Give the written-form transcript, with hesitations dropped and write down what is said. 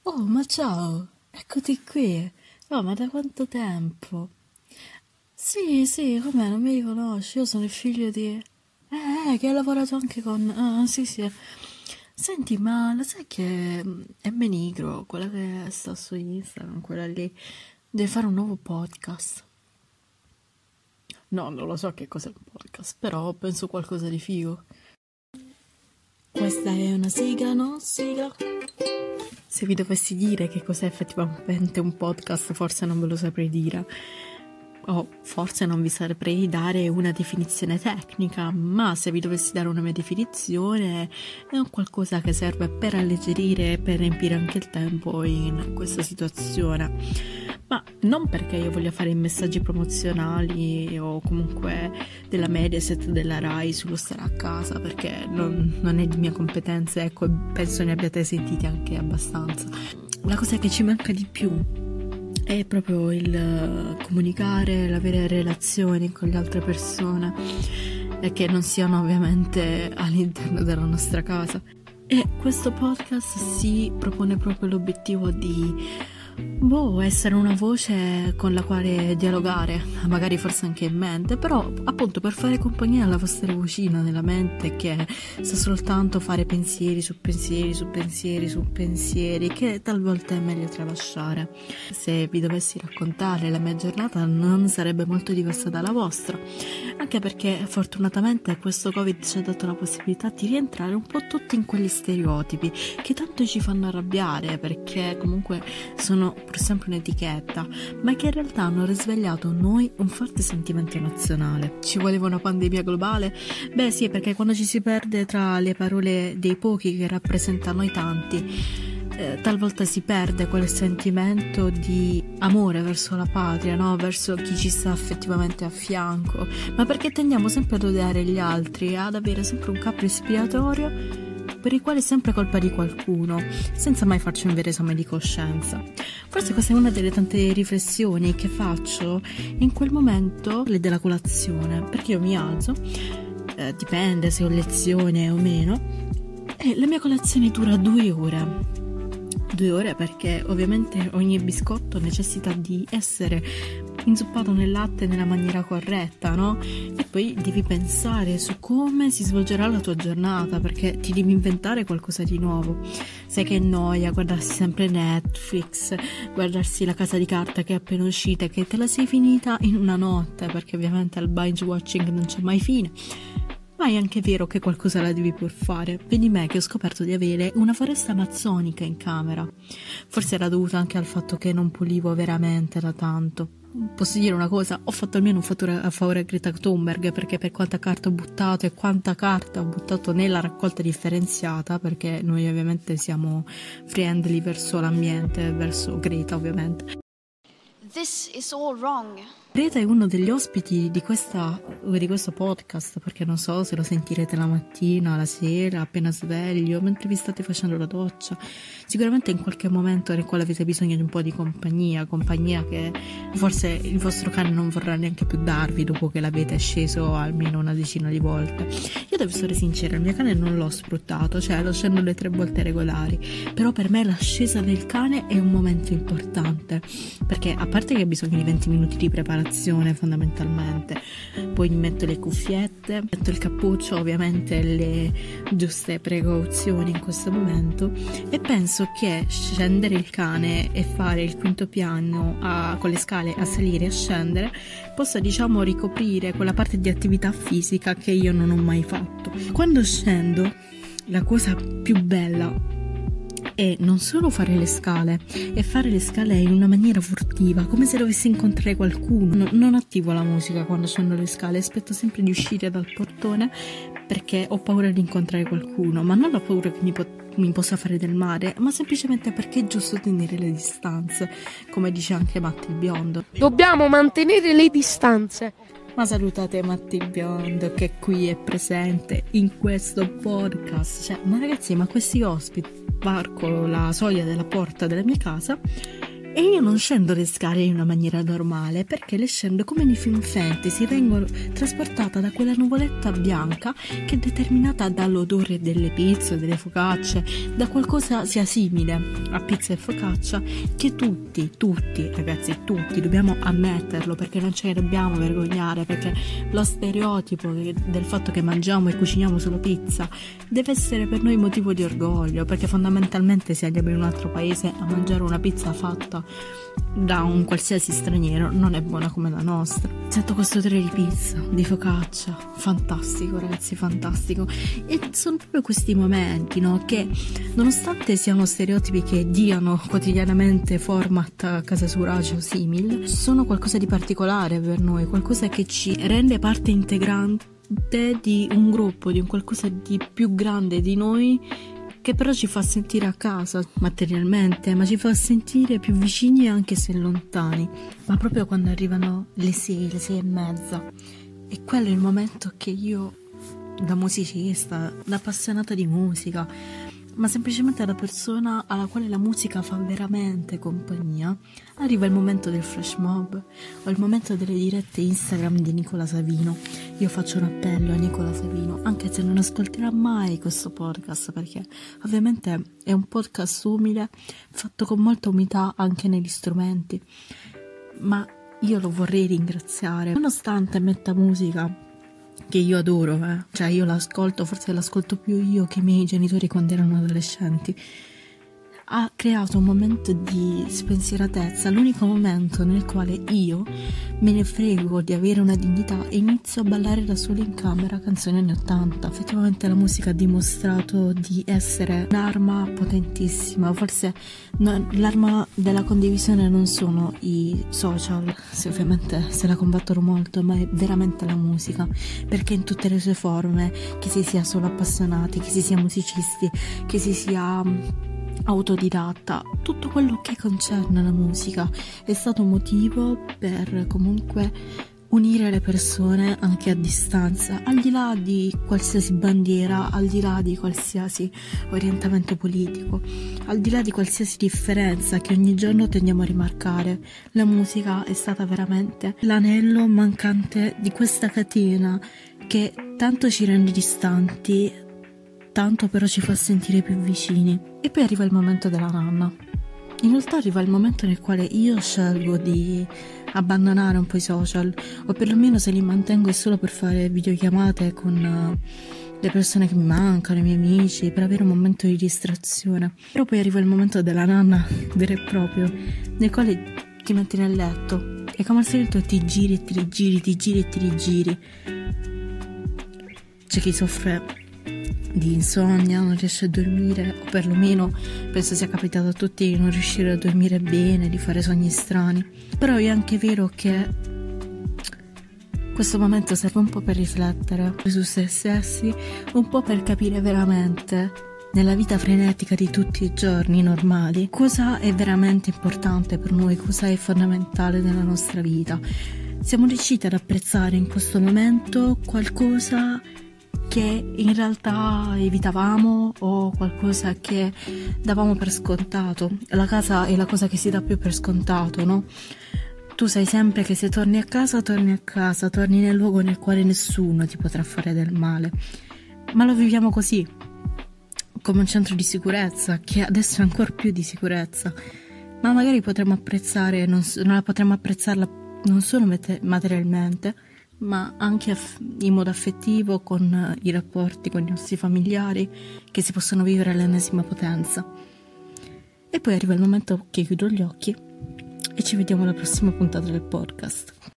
Oh, ma ciao, eccoti qui. Oh, ma da quanto tempo? Sì, com'è, non mi riconosci? Io sono il figlio di... che ha lavorato anche con... Ah, sì. Senti, ma lo sai che è Menigro, quella che sta su Instagram, quella lì, deve fare un nuovo podcast? No, non lo so che cos'è un podcast, però penso qualcosa di figo. Questa è una sigla, no? Sigla? Se vi dovessi dire che cos'è effettivamente un podcast, forse non ve lo saprei dire. O forse non vi saprei dare una definizione tecnica, ma se vi dovessi dare una mia definizione è un qualcosa che serve per alleggerire e per riempire anche il tempo in questa situazione. Ma non perché io voglia fare i messaggi promozionali o comunque della Mediaset, della Rai sullo stare a casa, perché non è di mia competenza, ecco, e penso ne abbiate sentiti anche abbastanza. La cosa che ci manca di più è proprio il comunicare, l'avere relazioni con le altre persone e che non siano ovviamente all'interno della nostra casa. E questo podcast si propone proprio l'obiettivo di essere una voce con la quale dialogare, magari forse anche in mente, però appunto per fare compagnia alla vostra vocina nella mente che sa soltanto fare pensieri su pensieri su pensieri su pensieri, che talvolta è meglio tralasciare. Se vi dovessi raccontare la mia giornata non sarebbe molto diversa dalla vostra, anche perché fortunatamente questo Covid ci ha dato la possibilità di rientrare un po' tutti in quegli stereotipi che tanto ci fanno arrabbiare, perché comunque sono pur sempre un'etichetta, ma che in realtà hanno risvegliato in noi un forte sentimento nazionale. Ci voleva una pandemia globale? Beh sì, perché quando ci si perde tra le parole dei pochi che rappresentano i tanti, talvolta si perde quel sentimento di amore verso la patria, no? Verso chi ci sta effettivamente a fianco, ma perché tendiamo sempre ad odiare gli altri, ad avere sempre un capro espiatorio per il quale è sempre colpa di qualcuno, senza mai farci un vero esame di coscienza. Forse questa è una delle tante riflessioni che faccio in quel momento della colazione, perché io mi alzo, dipende se ho lezione o meno, e la mia colazione dura 2 ore. 2 ore perché ovviamente ogni biscotto necessita di essere inzuppato nel latte nella maniera corretta, no? E poi devi pensare su come si svolgerà la tua giornata, perché ti devi inventare qualcosa di nuovo. Sai che noia guardarsi sempre Netflix, guardarsi La Casa di Carta che è appena uscita e che te la sei finita in una notte, perché ovviamente al binge watching non c'è mai fine. Ma è anche vero che qualcosa la devi pur fare. Vedi me che ho scoperto di avere una foresta amazzonica in camera. Forse era dovuta anche al fatto che non pulivo veramente da tanto. Posso dire una cosa? Ho fatto almeno un favore a Greta Thunberg, perché per quanta carta ho buttato e quanta carta ho buttato nella raccolta differenziata, perché noi ovviamente siamo friendly verso l'ambiente, verso Greta ovviamente. This is all wrong. Greta è uno degli ospiti di questo podcast, perché non so se lo sentirete la mattina, la sera, appena sveglio, mentre vi state facendo la doccia, sicuramente in qualche momento nel quale avete bisogno di un po' di compagnia che forse il vostro cane non vorrà neanche più darvi dopo che l'avete sceso almeno una decina di volte. Io devo essere sincera, il mio cane non l'ho sfruttato, cioè lo scendo le 3 volte regolari, però per me l'ascesa del cane è un momento importante, perché a parte che ho bisogno di 20 minuti di preparazione fondamentalmente, poi mi metto le cuffiette, metto il cappuccio, ovviamente le giuste precauzioni in questo momento, e penso che scendere il cane e fare il 5° piano con le scale a salire e a scendere possa, diciamo, ricoprire quella parte di attività fisica che io non ho mai fatto. Quando scendo, la cosa più bella è non solo fare le scale, e fare le scale in una maniera furtiva, come se dovessi incontrare qualcuno. Non attivo la musica quando scendo le scale, aspetto sempre di uscire dal portone perché ho paura di incontrare qualcuno, ma non ho paura che mi possa fare del male, ma semplicemente perché è giusto tenere le distanze, come dice anche Matti il Biondo. Dobbiamo mantenere le distanze. Ma salutate Matti Biondo che qui è presente in questo podcast. Ma ragazzi, ma questi ospiti, varco la soglia della porta della mia casa E io non scendo le scale in una maniera normale, perché le scendo come nei film fantasy, vengo trasportata da quella nuvoletta bianca che è determinata dall'odore delle pizze, delle focacce, da qualcosa sia simile a pizza e focaccia, che tutti, ragazzi, tutti dobbiamo ammetterlo, perché non ce ne dobbiamo vergognare, perché lo stereotipo del fatto che mangiamo e cuciniamo solo pizza deve essere per noi motivo di orgoglio, perché fondamentalmente se andiamo in un altro paese a mangiare una pizza fatta da un qualsiasi straniero non è buona come la nostra. Sento questo odore di pizza, di focaccia, fantastico ragazzi, fantastico. E sono proprio questi momenti, no, che nonostante siano stereotipi che diano quotidianamente format a casa surace o simil, sono qualcosa di particolare per noi, qualcosa che ci rende parte integrante di un gruppo, di un qualcosa di più grande di noi, che però ci fa sentire a casa materialmente, ma ci fa sentire più vicini anche se lontani. Ma proprio quando arrivano le 6 e mezza, e quello è il momento che io, da musicista, da appassionata di musica, ma semplicemente da persona alla quale la musica fa veramente compagnia, arriva il momento del flash mob o il momento delle dirette Instagram di Nicola Savino. Io faccio un appello a Nicola Savino, anche se non ascolterà mai questo podcast, perché ovviamente è un podcast umile, fatto con molta umiltà anche negli strumenti, ma io lo vorrei ringraziare, nonostante metta musica che io adoro, cioè io l'ascolto, forse l'ascolto più io che i miei genitori quando erano adolescenti. Ha creato un momento di spensieratezza, l'unico momento nel quale io me ne frego di avere una dignità e inizio a ballare da sola in camera canzoni anni 80. Effettivamente la musica ha dimostrato di essere un'arma potentissima, forse l'arma della condivisione non sono i social, se ovviamente se la combattono molto, ma è veramente la musica, perché in tutte le sue forme, che si sia solo appassionati, che si sia musicisti, che si sia autodidatta, tutto quello che concerne la musica è stato un motivo per comunque unire le persone anche a distanza, al di là di qualsiasi bandiera, al di là di qualsiasi orientamento politico, al di là di qualsiasi differenza che ogni giorno tendiamo a rimarcare. La musica è stata veramente l'anello mancante di questa catena che tanto ci rende distanti, tanto però ci fa sentire più vicini. E poi arriva il momento della nanna. In realtà arriva il momento nel quale io scelgo di abbandonare un po' i social, o perlomeno se li mantengo è solo per fare videochiamate con le persone che mi mancano, i miei amici, per avere un momento di distrazione. Però poi arriva il momento della nanna vero e proprio, nel quale ti metti nel letto e come al solito ti giri e ti rigiri, ti giri e ti rigiri. C'è chi soffre di insonnia, non riesce a dormire, o perlomeno penso sia capitato a tutti di non riuscire a dormire bene, di fare sogni strani. Però è anche vero che questo momento serve un po' per riflettere su se stessi, un po' per capire veramente nella vita frenetica di tutti i giorni normali cosa è veramente importante per noi, cosa è fondamentale nella nostra vita. Siamo riusciti ad apprezzare in questo momento qualcosa che in realtà evitavamo o qualcosa che davamo per scontato. La casa è la cosa che si dà più per scontato, no? Tu sai sempre che se torni a casa, torni nel luogo nel quale nessuno ti potrà fare del male. Ma lo viviamo così, come un centro di sicurezza, che adesso è ancora più di sicurezza. Ma magari potremmo apprezzare, non potremmo apprezzarla non solo materialmente, ma anche in modo affettivo, con i rapporti con i nostri familiari che si possono vivere all'ennesima potenza. E poi arriva il momento che chiudo gli occhi e ci vediamo alla prossima puntata del podcast.